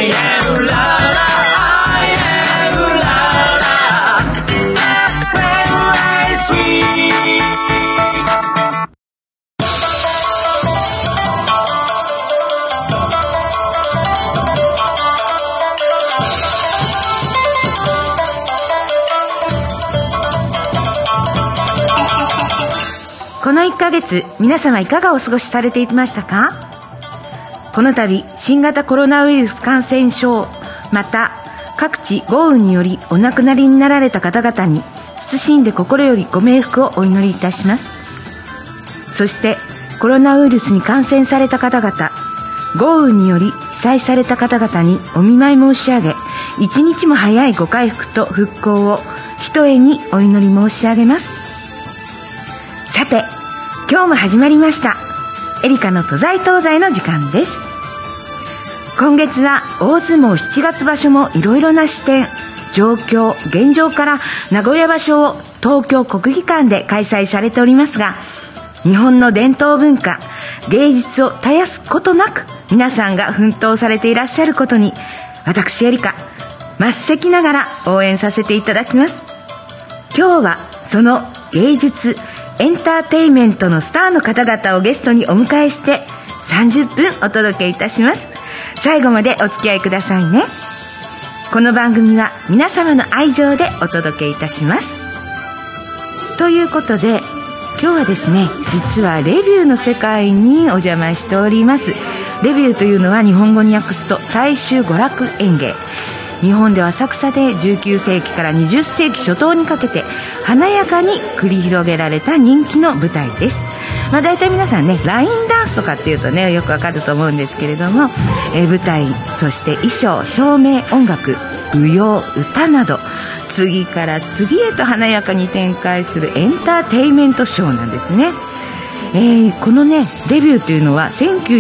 この1ヶ月、皆様いかがお過ごしされていましたか？この度、新型コロナウイルス感染症、また各地豪雨によりお亡くなりになられた方々に謹んで心よりご冥福をお祈りいたします。そしてコロナウイルスに感染された方々、豪雨により被災された方々にお見舞い申し上げ、一日も早いご回復と復興をひとえにお祈り申し上げます。さて、今日も始まりましたエリカの都在東西の時間です。今月は大相撲7月場所もいろいろな視点、状況、現状から名古屋場所を東京国技館で開催されておりますが、日本の伝統文化、芸術を絶やすことなく皆さんが奮闘されていらっしゃることに、私エリカ末席ながら応援させていただきます。今日はその芸術エンターテインメントのスターの方々をゲストにお迎えして30分お届けいたします。最後までお付き合いくださいね。この番組は皆様の愛情でお届けいたします。ということで、今日はですね、実はレビューの世界にお邪魔しております。レビューというのは日本語に訳すと大衆娯楽演芸。日本では浅草で19世紀から20世紀初頭にかけて華やかに繰り広げられた人気の舞台です。大体皆さんね、ラインダンスとかっていうとね、よくわかると思うんですけれども、舞台、そして衣装、照明、音楽、舞踊、歌など次から次へと華やかに展開するエンターテインメントショーなんですね。このね、レビューというのは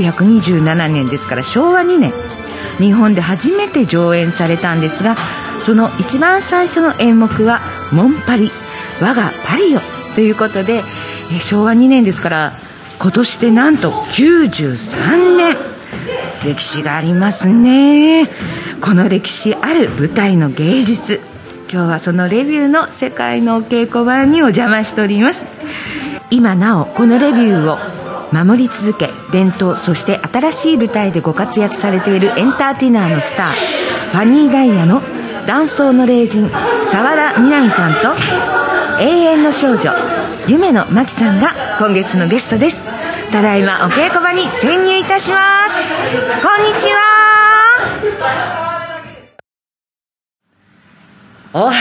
1927年ですから昭和2年日本で初めて上演されたんですが、その一番最初の演目はモンパリ、我がパリよということで、昭和2年ですから今年でなんと93年歴史がありますね。この歴史ある舞台の芸術、今日はそのレビューの世界のお稽古場にお邪魔しております。今なおこのレビューを守り続け、伝統そして新しい舞台でご活躍されているエンターテイナーのスター、ファニーダイヤの男装の麗人澤田みなみさんと永遠の少女夢野真紀さんが今月のゲストです。ただいまお稽古場に潜入いたします。こんにちは。おはようございます。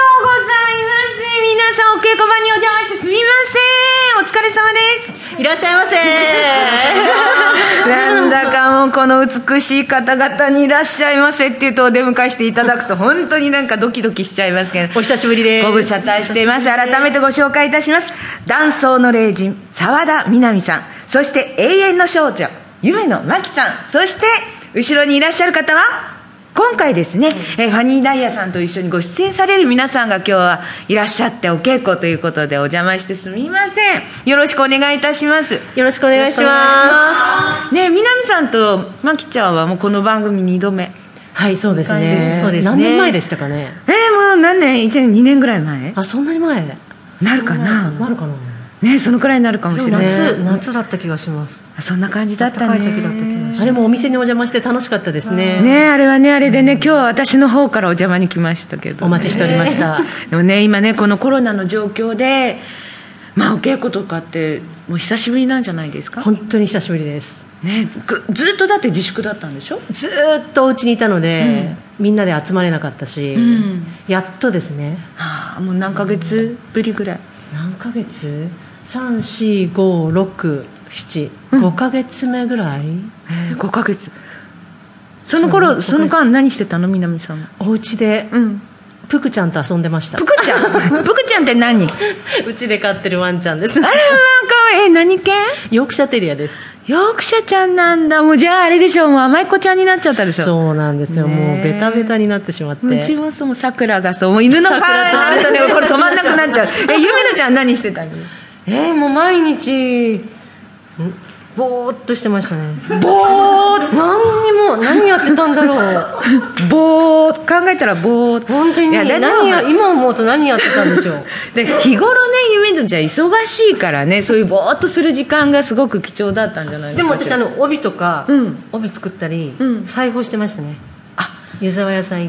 皆さんお稽古場にお邪魔してすみません。お疲れ様です。 いらっしゃいませ。 なんだかもうこの美しい方々にいらっしゃいませって言うとお出迎えしていただくと本当になんかドキドキしちゃいますけど、 お久しぶりです。 ご無沙汰しています。改めてご紹介いたします。男装の麗人澤田みなみさん、そして永遠の少女夢野真紀さん、そして後ろにいらっしゃる方は今回ですね、ファニーダイヤさんと一緒にご出演される皆さんが今日はいらっしゃってお稽古ということでお邪魔してすみません。よろしくお願いいたします。 よろしくお願いします。 ね、みなみさんとまきちゃんはもうこの番組2度目。 はい、そうですね。 そうですね。 何年前でしたかね。 もう何年、1年2年ぐらい前。 あ、そんなに前なるかな。 なるかなね、そのくらいになるかもしれない。 夏だった気がします。 そんな感じだったね。 高い時だった気がします。あれもお店にお邪魔して楽しかったですね。 ね、あれはね、あれでね、今日は私の方からお邪魔に来ましたけど、 お待ちしておりました。 でもね、今ね、このコロナの状況でお稽古とかってもう久しぶりなんじゃないですか。 本当に久しぶりですね。ずっとだって自粛だったんでしょ。 ずっとお家にいたので、みんなで集まれなかったし、やっとですね。 もう何ヶ月ぶりぐらい。 何ヶ月？3、4、5、6、7、5ヶ月目ぐらい。 5ヶ月。その間何してたの、みなみさんは。 お家で、ぷくちゃんと遊んでました。 ぷくちゃんぷくちゃんって何？うちで飼ってるワンちゃんです。 あら、かわいい。何犬？ ヨークシャテリアです。 ヨークシャちゃんなんだ。もうじゃああれでしょう、もう甘い子ちゃんになっちゃったでしょ。 そうなんですよ、もうベタベタになってしまって。 うちもそう、さくらがそう、もう犬の顔になるとね、これ止まんなくなっちゃう。ゆめのちゃん何してたの？ もう毎日ぼーっとしてましたね。 ぼーっと何やってたんだろう。 えたらぼーっと本当に、ね、今思うと何やってたんでしょうで日頃ねユミズちゃん忙しいからね、そういうぼーっとする時間がすごく貴重だったんじゃないですか。 でも私帯とか、帯作ったり、裁縫してましたね。湯沢屋さん行って、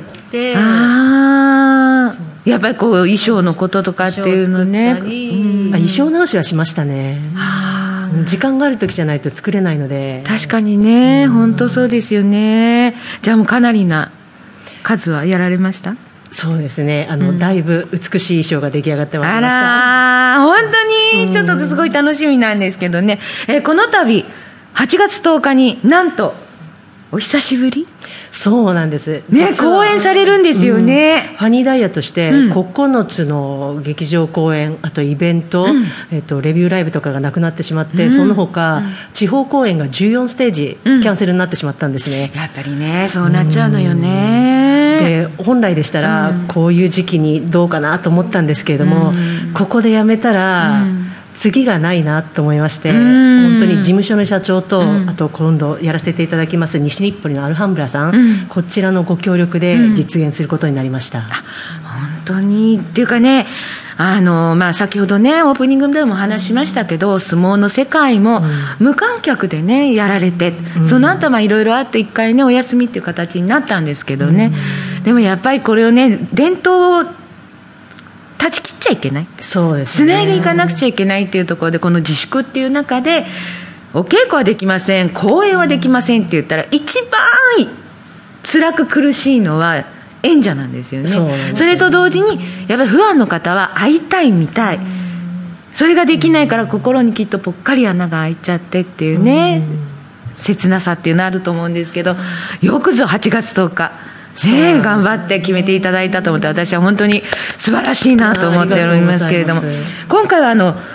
やっぱりこう衣装のこととかっていうのね、 衣装直しはしましたね。時間がある時じゃないと作れないので。 確かにね、本当そうですよね。じゃあもうかなりな数はやられました？ そうですね、だいぶ美しい衣装が出来上がってまいりました。 本当にちょっとすごい楽しみなんですけどね、この度8月10日になんとお久しぶり。 そうなんですね、公演されるんですよね。 ファニーダイヤとして9つの劇場公演、あとイベント、レビューライブとかがなくなってしまって、その他、地方公演が14ステージキャンセルになってしまったんですね。 やっぱりね、そうなっちゃうのよね。 で本来でしたらこういう時期にどうかなと思ったんですけれども、ここでやめたら次がないなと思いまして、本当に事務所の社長と、あと今度やらせていただきます西日暮里のアルハンブラさん、こちらのご協力で実現することになりました。 本当にっていうかね、先ほどねオープニングでも話しましたけど、相撲の世界も無観客でねやられて、その後いろいろあって1回ねお休みっていう形になったんですけどね、でもやっぱりこれをね伝統を断ち切っちゃいけない、 そうですね、 つないでいかなくちゃいけないっていうところで、この自粛っていう中でお稽古はできません、公演はできませんって言ったら一番辛く苦しいのは演者なんですよね。それと同時にやっぱりファンの方は会いたい見たい、それができないから心にきっとぽっかり穴が開いちゃってっていうね、切なさっていうのあると思うんですけど、よくぞ8月10日ね、頑張って決めていただいたと思って、私は本当に素晴らしいなと思っておりますけれども、今回は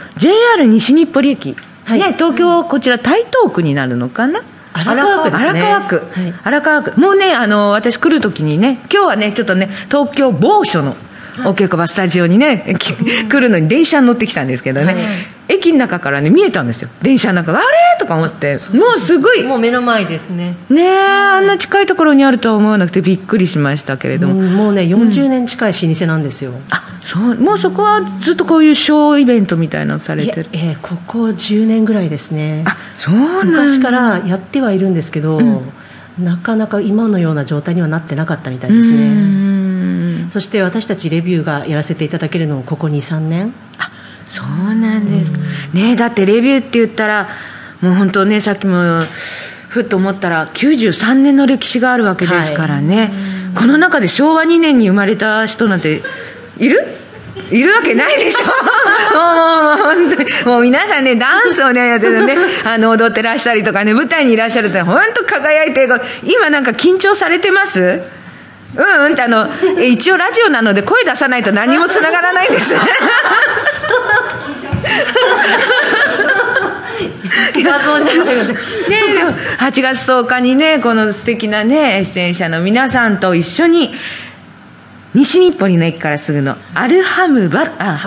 JR 西日暮里駅、東京こちら台東区になるのかな、荒川区ですね。荒川区もうね、私来る時にね、今日はねちょっとね東京某所のお稽古場スタジオにね来るのに電車に乗ってきたんですけどね、駅の中からね見えたんですよ、電車の中が。あれとか思って、もうすごいもう目の前ですね。 あんな近いところにあるとは思わなくてびっくりしましたけれども、 もうね40年近い老舗なんですよ。 そうもうそこはずっとこういうショーイベントみたいなのされてる？ ここ10年ぐらいですね。 そうなんだ。 昔からやってはいるんですけど、なかなか今のような状態にはなってなかったみたいですね。そして私たちレビューがやらせていただけるのもここ 2,3 年。 そうなんですか、だってレビューって言ったらもう本当ね、さっきもふっと思ったら93年の歴史があるわけですからね、この中で昭和2年に生まれた人なんているわけないでしょもう本当にもう皆さんねダンスをねやってるね踊ってらっしゃりとかね、舞台にいらっしゃるって本当輝いて、今なんか緊張されてます？って一応ラジオなので声出さないと何もつながらないんですね画像じゃないのででも8月10日にねこの素敵なね出演者の皆さんと一緒に西日暮里の駅からすぐのアルハンブラ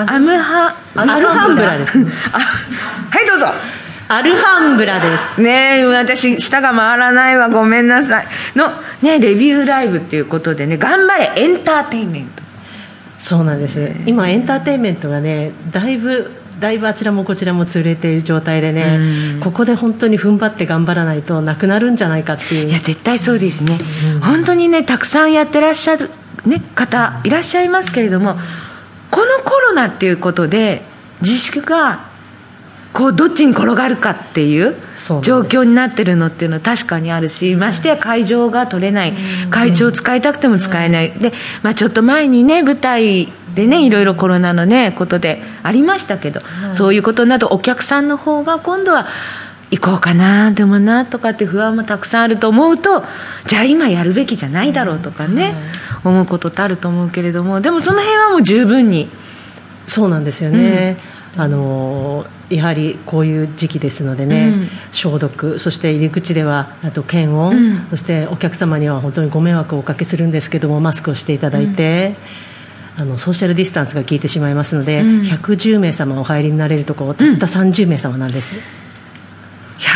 ですねはいどうぞ。 アルハンブラですね。私舌が回らないわ、ごめんなさいの、ね、レビューライブっていうことでね、頑張れエンターテインメント。 そうなんです、今エンターテインメントがねだいぶあちらもこちらも潰れている状態でね、ここで本当に踏ん張って頑張らないとなくなるんじゃないかっていう。 いや絶対そうですね、本当にねたくさんやってらっしゃる、方いらっしゃいますけれども、このコロナっていうことで自粛がこうどっちに転がるかっていう状況になってるのっていうのは確かにあるし、ましてや会場が取れない、会場使いたくても使えない、で、ちょっと前にね舞台でねいろいろコロナのねことでありましたけど、そういうことなどお客さんの方が今度は行こうかなでもなとかって不安もたくさんあると思うと、じゃあ今やるべきじゃないだろうとかね、思うことってあると思うけれども、でもその辺はもう十分に。 そうなんですよね、やはりこういう時期ですのでね、消毒、そして入り口ではあと検温、そしてお客様には本当にご迷惑をおかけするんですけども、マスクをしていただいて、ソーシャルディスタンスが効いてしまいますので、110名様お入りになれるところたった30名様なんです。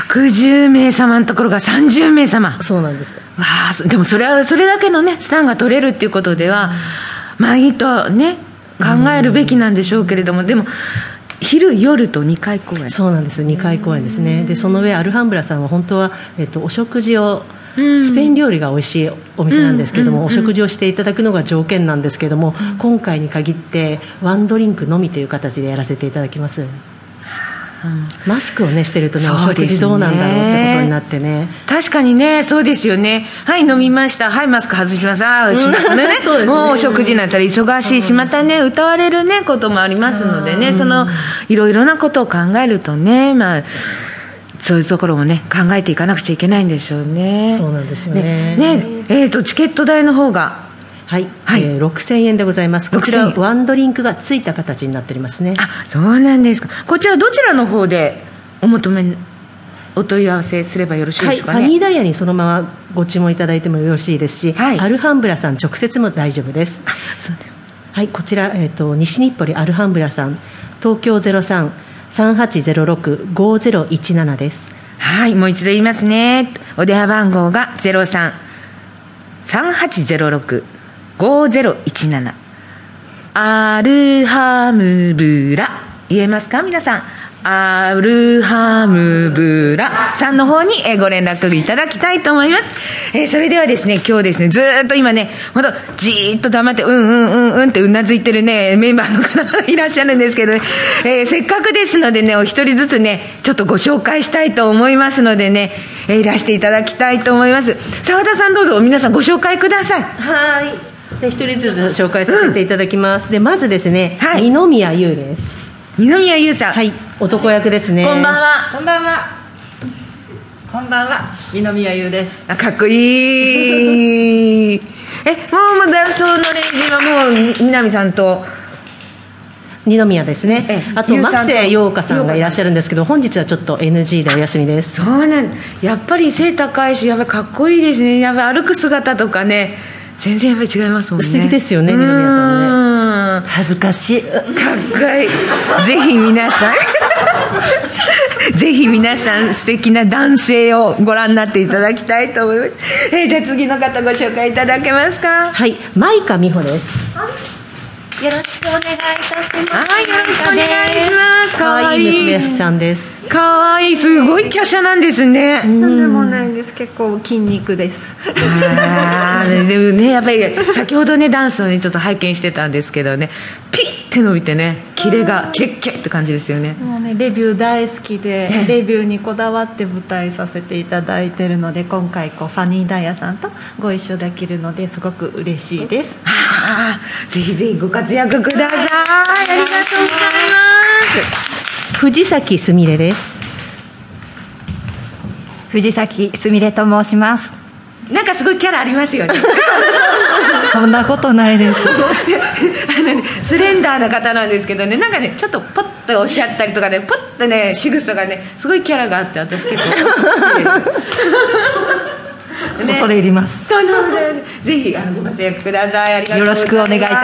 110名様のところが30名様。 そうなんです。 わあ、でもそれだけのねスタンが取れるっていうことでは、まあいいとね考えるべきなんでしょうけれども、でも昼夜と2回公演。 そうなんです、2回公演ですね。でその上アルハンブラさんは本当は、お食事をスペイン料理が美味しいお店なんですけども、お食事をしていただくのが条件なんですけども、今回に限ってワンドリンクのみという形でやらせていただきます。マスクをねしてるとね、お食事どうなんだろうってことになってね。 確かにね、そうですよね。はい飲みました、はいマスク外します、しますね。そうですね。もうお食事になったら忙しいし、またね歌われるねこともありますのでね、そのいろいろなことを考えるとね、まあそういうところもね考えていかなくちゃいけないんでしょうね。 そうなんですよね。 チケット代の方がはい、6000円でございます。こちらワンドリンクがついた形になっておりますね。 あ、そうなんですか。こちらどちらの方でお問い合わせすればよろしいでしょうかね。 ファニーダイヤにそのままご注文いただいてもよろしいですし、アルハンブラさん直接も大丈夫です。 そうです。 はい、こちら、西日暮里アルハンブラさん、東京03-3806-5017です。 はい、もう一度言いますね。お電話番号が03-3806-5017、アルハムブラ、言えますか皆さん。アルハムブラさんの方にご連絡いただきたいと思います。それではですね、今日ですね、ずっと今ねほんとじーっと黙ってってうなずいてるねメンバーの方がいらっしゃるんですけどね、せっかくですのでねお一人ずつねちょっとご紹介したいと思いますのでね、いらしていただきたいと思います。澤田さんどうぞ皆さんご紹介ください。 はい、で一人ずつ紹介させていただきます。でまずですね、二宮優です。 二宮優さん、 はい、男役ですね。 こんばんは。 こんばんは。こんばんは。二宮優です。 あ、かっこいい。もうダンスの練習はもう南さんと二宮ですね。あと牧瀬陽香さんがいらっしゃるんですけど、本日はちょっと NG でお休みです。 そうなん、やっぱり背高いしやっぱりかっこいいですね。やっぱ歩く姿とかね全然やっぱり違いますもんね。 素敵ですよね、二宮さんね。恥ずかしい。 かっこいい。ぜひ皆さんぜひ皆さん素敵な男性をご覧になっていただきたいと思います。じゃあ次の方ご紹介いただけますか。 はい、舞香美穂です。 よろしくお願いいたします。 はい、よろしくお願いします。 かわいい娘さんです。 かわいい、すごい華奢なんですね。 なんでもないんです。結構筋肉です。 でもねやっぱり先ほどねダンスをねちょっと拝見してたんですけどね、ピッて伸びてねキレッキレって感じですよね。 もうねレビュー大好きで、レビューにこだわって舞台させていただいてるので、今回ファニーダイヤさんとご一緒できるのですごく嬉しいです。 ぜひぜひご活躍ください。ありがとうございます。 藤崎すみれです。 藤崎すみれと申します。 なんかすごいキャラありますよね。 そんなことないですスレンダーな方なんですけどね、なんかねちょっとポッとおっしゃったりとかね、ポッとね仕草がねすごいキャラがあって、私結構好きです恐れ入ります。 ぜひご活躍ください。ありがとうございます。 よろしくお願いいたします。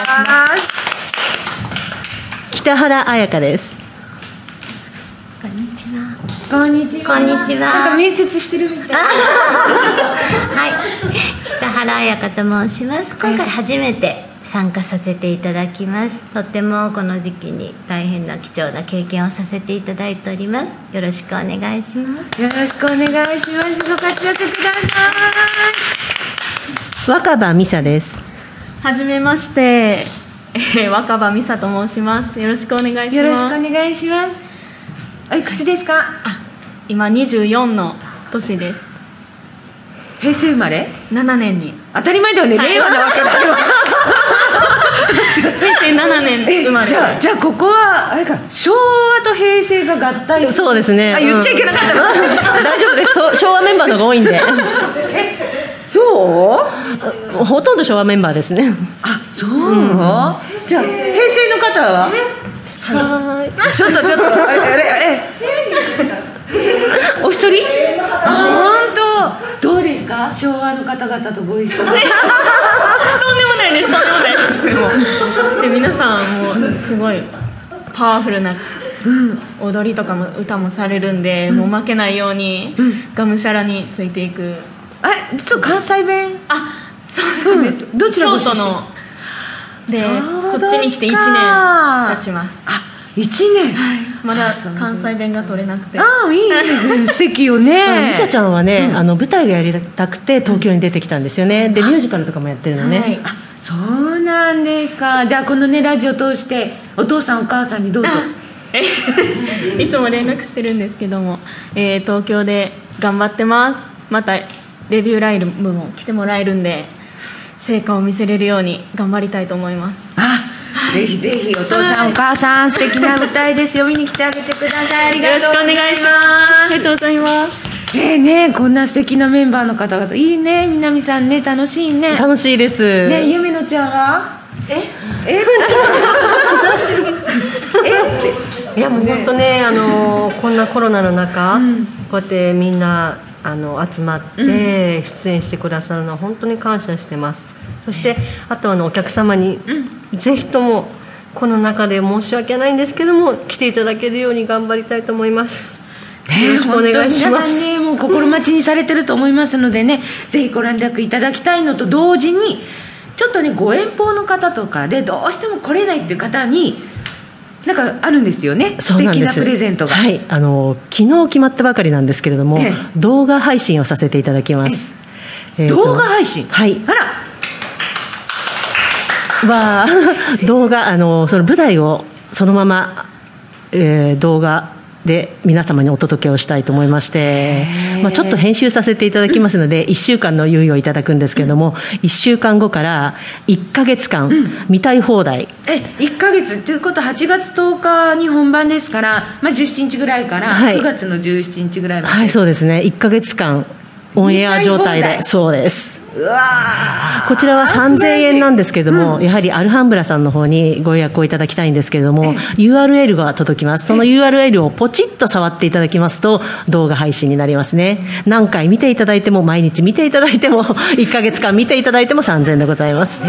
北原彩香です。 こんにちは。 こんにちは。 こんにちは。 なんか面接してるみたい。 はい、北原彩香と申します。今回初めて参加させていただきます。とってもこの時期に大変な貴重な経験をさせていただいております。よろしくお願いします。 よろしくお願いします。ご活躍ください。若葉美沙です。 はじめまして、若葉美沙と申します。よろしくお願いします。 よろしくお願いします。おいくつですか？ 今24の年です。 平成生まれ ？7年に。 当たり前だよね、令和なわけだよ。 平成7年生まれ。 じゃあここはあれか、昭和と平成が合体。 そうですね。 言っちゃいけなかったの？ 大丈夫です。昭和メンバーの方が多いんで。 そう？ ほとんど昭和メンバーですね。 あ、そう、じゃあ平成の方は？はい。ちょっとお一人？本当。どうですか？昭和の方々とご一緒。とんでもないです。もうで皆さんもうすごいパワフルな踊りとかも歌もされるんで、もう負けないようにがむしゃらについていく。 実は関西弁。 そうなんです、 どちらご出身？ 京都ので、こっちに来て1年経ちます。 1年、 まだ関西弁が取れなくて。 いいですね、素敵よね。 ミサちゃんはね、舞台がやりたくて東京に出てきたんですよね。でミュージカルとかもやってるのね。 そうなんですか。じゃあこのねラジオ通してお父さんお母さんにどうぞ。 いつも連絡してるんですけども、東京で頑張ってます。またレビューライブも来てもらえるんで、成果を見せれるように頑張りたいと思います。 ぜひぜひお父さんお母さん、素敵な舞台ですよ。見に来てあげてください。ありがとうございます。よろしくお願いします。 ありがとうございます。 こんな素敵なメンバーの方々、いいね。南さんね、楽しいね。 楽しいですね。 ゆめのちゃんはいやもう本当ね、こんなコロナの中、こうやってみんな集まって出演してくださるのは本当に感謝してます。そしてあとお客様に、ぜひともこの中で申し訳ないんですけども来ていただけるように頑張りたいと思います。よろしくお願いします。 皆さんね、もう心待ちにされてると思いますのでね、ぜひご連絡いただきたいのと同時に、ちょっとねご遠方の方とかでどうしても来れないっていう方になんかあるんですよね。素敵なプレゼントが。 はい、昨日決まったばかりなんですけれども、動画配信をさせていただきます。 動画配信。 はい。 あら。 動画その舞台をそのまま、動画で皆様にお届けをしたいと思いまして、ちょっと編集させていただきますので1週間の猶予をいただくんですけれども、1週間後から1ヶ月間見たい放題。 1ヶ月ということは8月10日に本番ですから、17日ぐらいから9月の17日ぐらいまで。 はい、そうですね。1ヶ月間オンエア状態で。そうです。こちらは3000円なんですけれども、やはりアルハンブラさんの方にご予約をいただきたいんですけれども、URL が届きます。その URL をポチッと触っていただきますと動画配信になりますね。何回見ていただいても、毎日見ていただいても、1ヶ月間見ていただいても3000円でございます。 すごい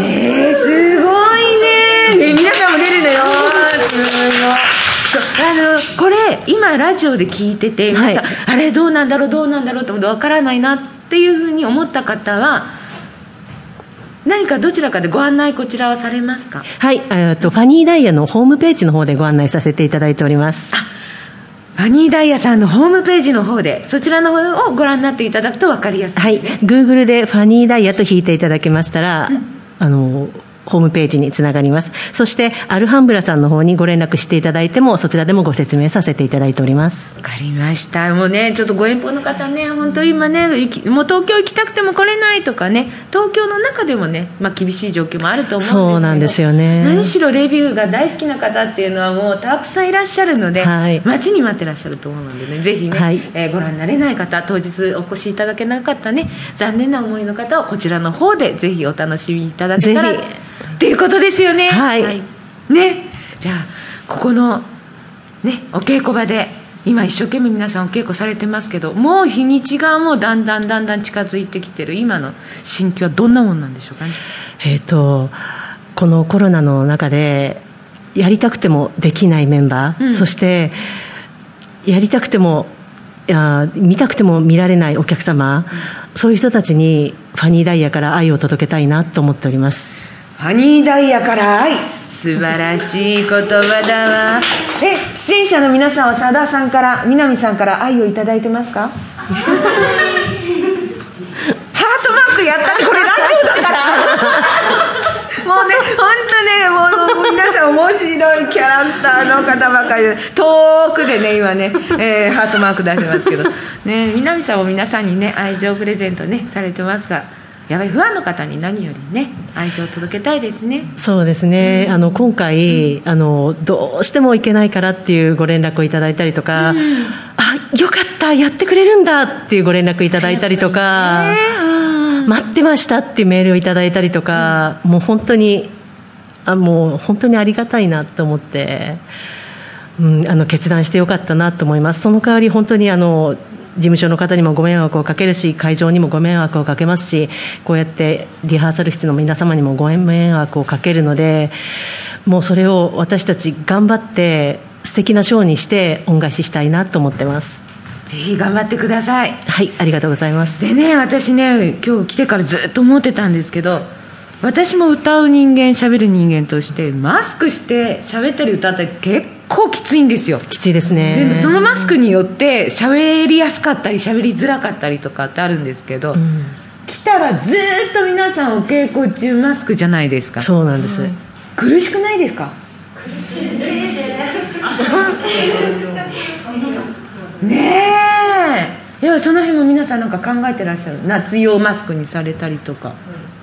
ね。皆さんも出るのよ。すごい。これ今ラジオで聞いてて、皆さん、あれどうなんだろうって分からないなっていうふうに思った方は、何かどちらかでご案内こちらはされますか？ はい、ファニーダイヤのホームページの方でご案内させていただいております。 ファニーダイヤさんのホームページの方で、そちらの方をご覧になっていただくと分かりやすいですね。 はい、Google でファニーダイヤと引いていただけましたら、ホームページにつながります。そしてアルハンブラさんの方にご連絡していただいても、そちらでもご説明させていただいております。 わかりました。もうね、ちょっとご遠方の方ね、本当今ね、もう東京行きたくても来れないとかね、東京の中でもね、厳しい状況もあると思うんですけど、 そうなんですよね。 何しろレビューが大好きな方っていうのはもうたくさんいらっしゃるので、待ちに待ってらっしゃると思うのでね、ぜひね、ご覧になれない方、当日お越しいただけなかったね、残念な思いの方はこちらの方でぜひお楽しみいただけたらっていうことですよね。ね、じゃあここのねお稽古場で今一生懸命皆さんお稽古されてますけど、もう日にちがもうだんだん近づいてきてる今の心境はどんなもんなんでしょうかね。 このコロナの中でやりたくてもできないメンバー、そしてやりたくても見たくても見られないお客様、そういう人たちにファニーダイヤから愛を届けたいなと思っております。 ファニーダイヤから愛、素晴らしい言葉だわ。出演者の皆さんは佐田さんから南さんから愛をいただいてますか？ハートマークやったって、これラジオだからもうね、本当ね、もう皆さん面白いキャラクターの方ばかりで、遠くでね今ね、ハートマーク出してますけどね、南さんも皆さんにね愛情プレゼントねされてますが、やっぱりファンの方に何よりね愛情を届けたいですね。 そうですね、今回どうしても行けないからっていうご連絡をいただいたりとか、よかったやってくれるんだっていうご連絡いただいたりとか、待ってましたっていうメールをいただいたりとか、もう本当にありがたいなと思って、決断してよかったなと思います。その代わり本当に事務所の方にもご迷惑をかけるし、会場にもご迷惑をかけますし、こうやってリハーサル室の皆様にもご迷惑をかけるので、もうそれを私たち頑張って素敵なショーにして恩返ししたいなと思ってます。 ぜひ頑張ってください。 はい、ありがとうございます。 でね、私ね今日来てからずっと思ってたんですけど、私も歌う人間喋る人間としてマスクして喋ったり歌ったり結構きついんですよ。 きついですね。 でそのマスクによって喋りやすかったり喋りづらかったりとかってあるんですけど、来たらずっと皆さんお稽古中マスクじゃないですか。 そうなんです、 苦しくないですか？苦しいですねえ。ではその辺も皆さんなんか考えてらっしゃる？夏用マスクにされたりとか、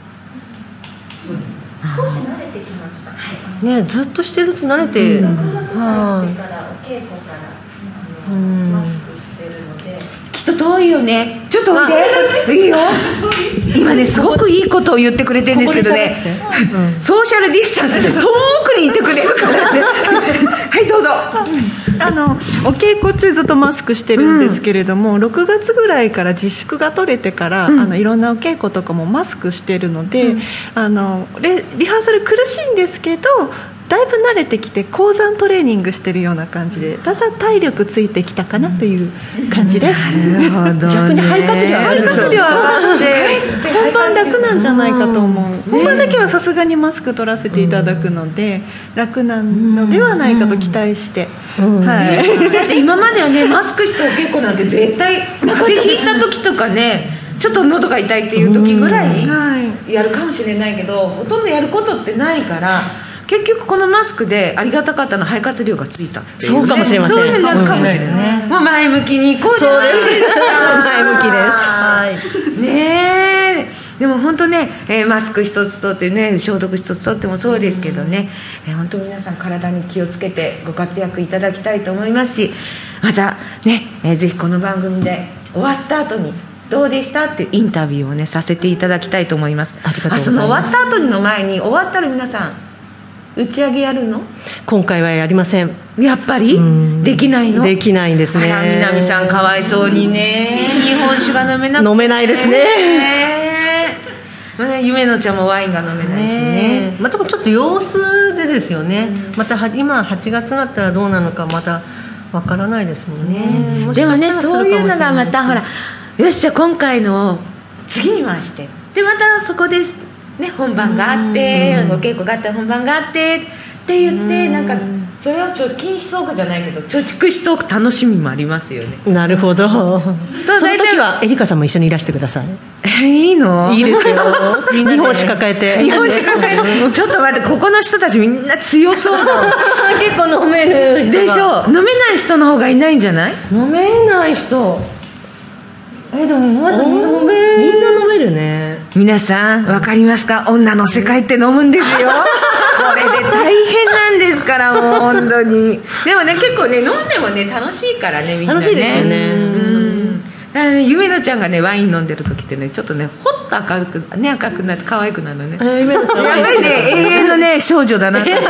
少し慣れてきました。 ね、ずっとしてると慣れて、 からお稽古からマスクしてるので、 きっと遠いよね。ちょっとおいで、いいよ。今ねすごくいいことを言ってくれてるんですけどね、ソーシャルディスタンスで遠くにいてくれるからねはいどうぞ。 お稽古中ずっとマスクしてるんですけれども、6月ぐらいから自粛が取れてから、いろんなお稽古とかもマスクしてるので、リハーサル苦しいんですけどだいぶ慣れてきて高山トレーニングしてるような感じで、だんだん体力ついてきたかなという感じです。 なるほどね。 逆に肺活量肺活量上がって本番楽なんじゃないかと思う。本番だけはさすがにマスク取らせていただくので楽なのではないかと期待して、 だって今まではねマスクしてお稽古なんて絶対風邪ひいた時とかねちょっと喉が痛いっていう時ぐらいやるかもしれないけど、ほとんどやることってないから結局このマスクでありがたかったのは肺活量がついたっていう、ね、 そうかもしれません。 そういうふうになるかもしれない、もう前向きにいこうじゃないですか。 前向きです。はいねえ、でも本当ね、マスク一つとってね消毒一つとってもそうですけどね、本当皆さん体に気をつけてご活躍いただきたいと思いますし、またね、ぜひこの番組で終わった後にどうでしたってインタビューをねさせていただきたいと思います。 ありがとうございます。 その終わった後の前に終わったら皆さん打ち上げやるの？ 今回はやりません。 やっぱりできないの？ できないんですね。 あら南さんかわいそうにね日本酒が飲めなくて、 飲めないですね。 夢のちゃんもワインが飲めないしね。 またちょっと様子でですよね。また今8月になったらどうなのかまたわからないですもんね。 でもねそういうのがまたほらよしじゃあ今回の次に回してでまたそこでね、本番があってお稽古があって本番があってって言ってなんかそれは貯金しそうかじゃないけど貯蓄しとく楽しみもありますよね。 なるほど。その時はエリカさんも一緒にいらしてください。 いいの？ いいですよ日本酒抱えて日本酒抱えてちょっと待ってここの人たちみんな強そうだ結構飲める人がでしょ。飲めない人の方がいないんじゃない？ 飲めない人でもまずみんな飲めるね。 皆さん分かりますか？女の世界って飲むんですよこれで大変なんですからもう本当に。でもね結構ね飲んでもね楽しいからねみんなね。 楽しいですよね。 だからね夢乃ちゃんがねワイン飲んでる時ってねちょっとねほっと赤くなって可愛くなるのね。 夢乃ちゃんやっぱりね永遠のね少女だなってだって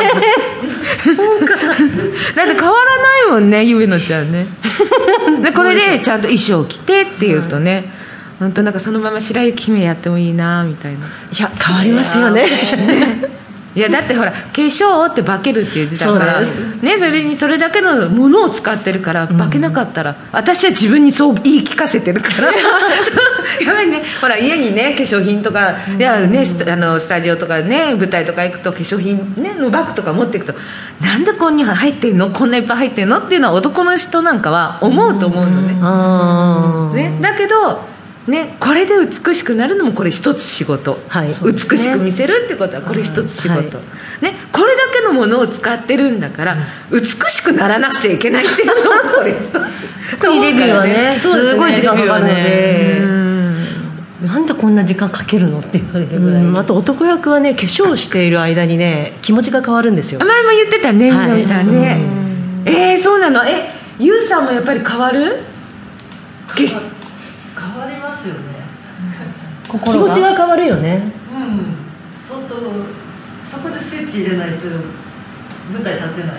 変わらないもんね夢乃ちゃんねでこれでちゃんと衣装着てっていうとね、本当なんかそのまま白雪姫やってもいいなみたいな。 いや変わりますよねいやだってほら化粧って化けるっていう時代だからね、それだけのものを使ってるから化けなかったら、私は自分にそう言い聞かせてるからやばいね。ほら家にね化粧品とかいや、ね、スタジオとかね舞台とか行くと化粧品、ね、のバッグとか持っていくとなんでこんに入ってんのこんないっぱい入ってんのっていうのは男の人なんかは思うと思うのね。だけどね、これで美しくなるのもこれ一つ仕事、はい、美しく見せるってことはこれ一つ仕事、はいね、これだけのものを使ってるんだから美しくならなくちゃいけないっていうのはこれ一つ特にレビューはねすごい時間かかるので、なんでこんな時間かけるのって言われるぐらい、 あと男役はね化粧している間にね気持ちが変わるんですよ。 前も言ってたね南さんね、そうなの。ゆうさんもやっぱり変わる？ 変わりますよね気持ちが変わるよね。 そこでスイッチ入れないと舞台立てない。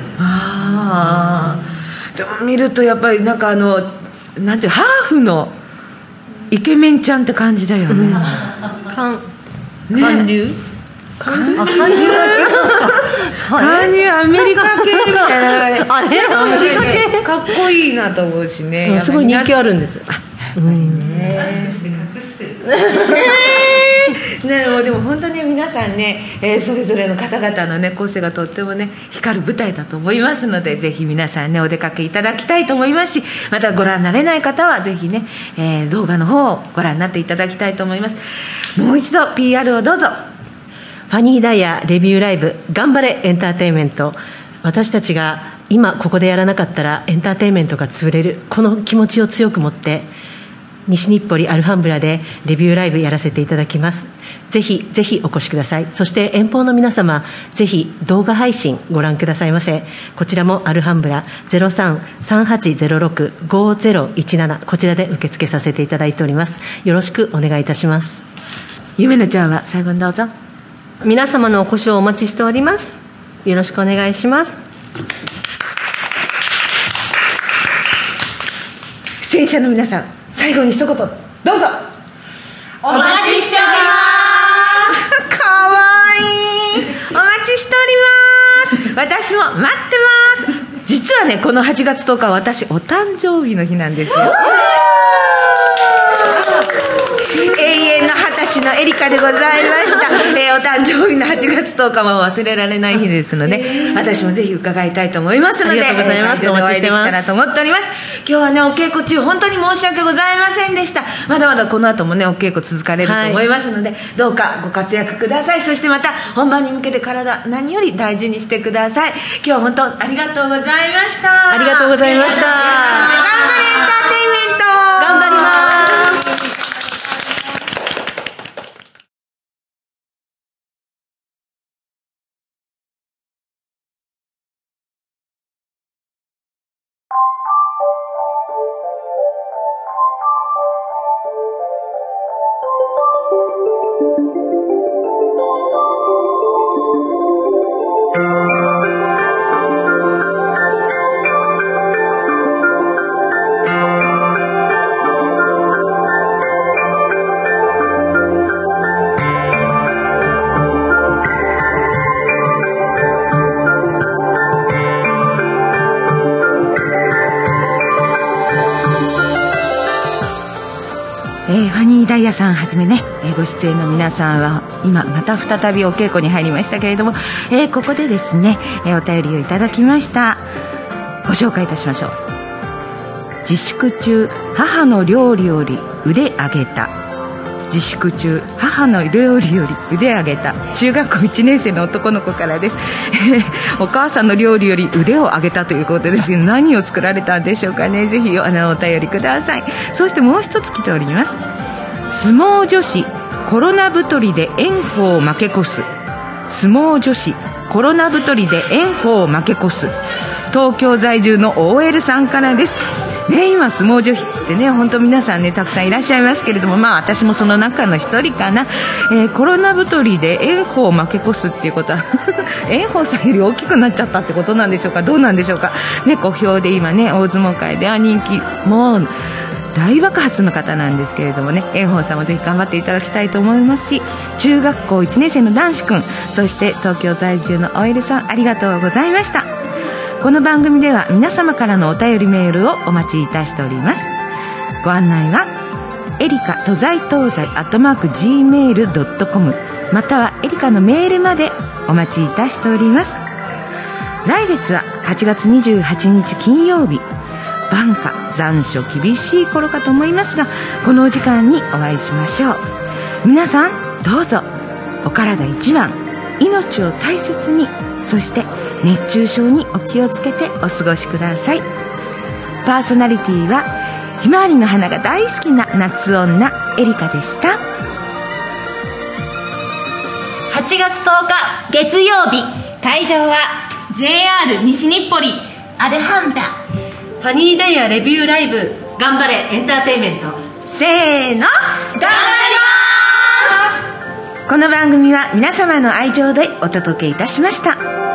でも見るとやっぱりなんかなんていうハーフのイケメンちゃんって感じだよね。 韓流感じが違うんですか。 カニアメリカ系みたいなあれアメリカ系かっこいいなと思うしね、 すごい人気あるんです。 ね、でも本当に皆さんね、それぞれの方々のね個性がとってもね光る舞台だと思いますので、ぜひ皆さんねお出かけいただきたいと思いますし、またご覧になれない方はぜひね、動画の方をご覧になっていただきたいと思います。もう一度 PR をどうぞ。 ファニーダイヤレビューライブ頑張れエンターテインメント、私たちが今ここでやらなかったらエンターテインメントが潰れる、この気持ちを強く持って西日暮里アルハンブラでレビューライブやらせていただきます。ぜひぜひお越しください。そして遠方の皆様、ぜひ動画配信ご覧くださいませ。こちらもアルハンブラ 03-3806-5017 こちらで受け付けさせていただいております。よろしくお願いいたします。 ゆめなちゃんは最後にどうぞ。 皆様のお越しをお待ちしております。よろしくお願いします。 出演者の皆さん、最後に一言どうぞ。 お待ちしております。 かわいい。お待ちしております。私も待ってます。実はね、この8月10日は私お誕生日の日なんですよ。永遠の20歳のエリカでございました。お誕生日の8月10日も忘れられない日ですので、私もぜひ伺いたいと思いますので、 ありがとうございます。 お待ちしてます。お会いできたらと思っております。今日はねお稽古中本当に申し訳ございませんでした。まだまだこの後もねお稽古続かれると思いますので、どうかご活躍ください。そしてまた本番に向けて体何より大事にしてください。今日は本当ありがとうございました。 ありがとうございました。 頑張れエンターテインメント。 頑張ります。 ファニーダイヤさんはじめね、ご出演の皆さんは今また再びお稽古に入りましたけれども、ここでですね、お便りをいただきました。ご紹介いたしましょう。自粛中母の料理より腕上げた。自粛中母の料理より腕上げた中学校1年生の男の子からです。お母さんの料理より腕を上げたということですけど、何を作られたんでしょうかね。ぜひお便りください。そしてもう一つ来ております。相撲女子コロナ太りで炎鵬を負け越す。相撲女子コロナ太りで炎鵬を負け越す。東京在住の OL さんからですね。今相撲女子ってね本当皆さんねたくさんいらっしゃいますけれども、私もその中の一人かな。コロナ太りで炎鵬を負け越すっていうことは炎鵬さんより大きくなっちゃったってことなんでしょうか、どうなんでしょうかね。小兵で今ね大相撲界では人気もう大爆発の方なんですけれどもね、炎鵬さんもぜひ頑張っていただきたいと思いますし、中学校1年生の男子くん、そして東京在住の OL さん、ありがとうございました。この番組では皆様からのお便りメールをお待ちいたしております。ご案内はエリカ東西@gmail.com またはエリカのメールまでお待ちいたしております。来月は8月28日金曜日、晩夏残暑厳しい頃かと思いますが、このお時間にお会いしましょう。皆さんどうぞお体一番、命を大切に、そして熱中症にお気をつけてお過ごしください。パーソナリティはひまわりの花が大好きな夏女エリカでした。 8月10日月曜日、会場は JR 西日暮里アルハンブラ。 ファニーダイヤレビューライブ頑張れエンターテインメント。 せーの、頑張ります。この番組は皆様の愛情でお届けいたしました。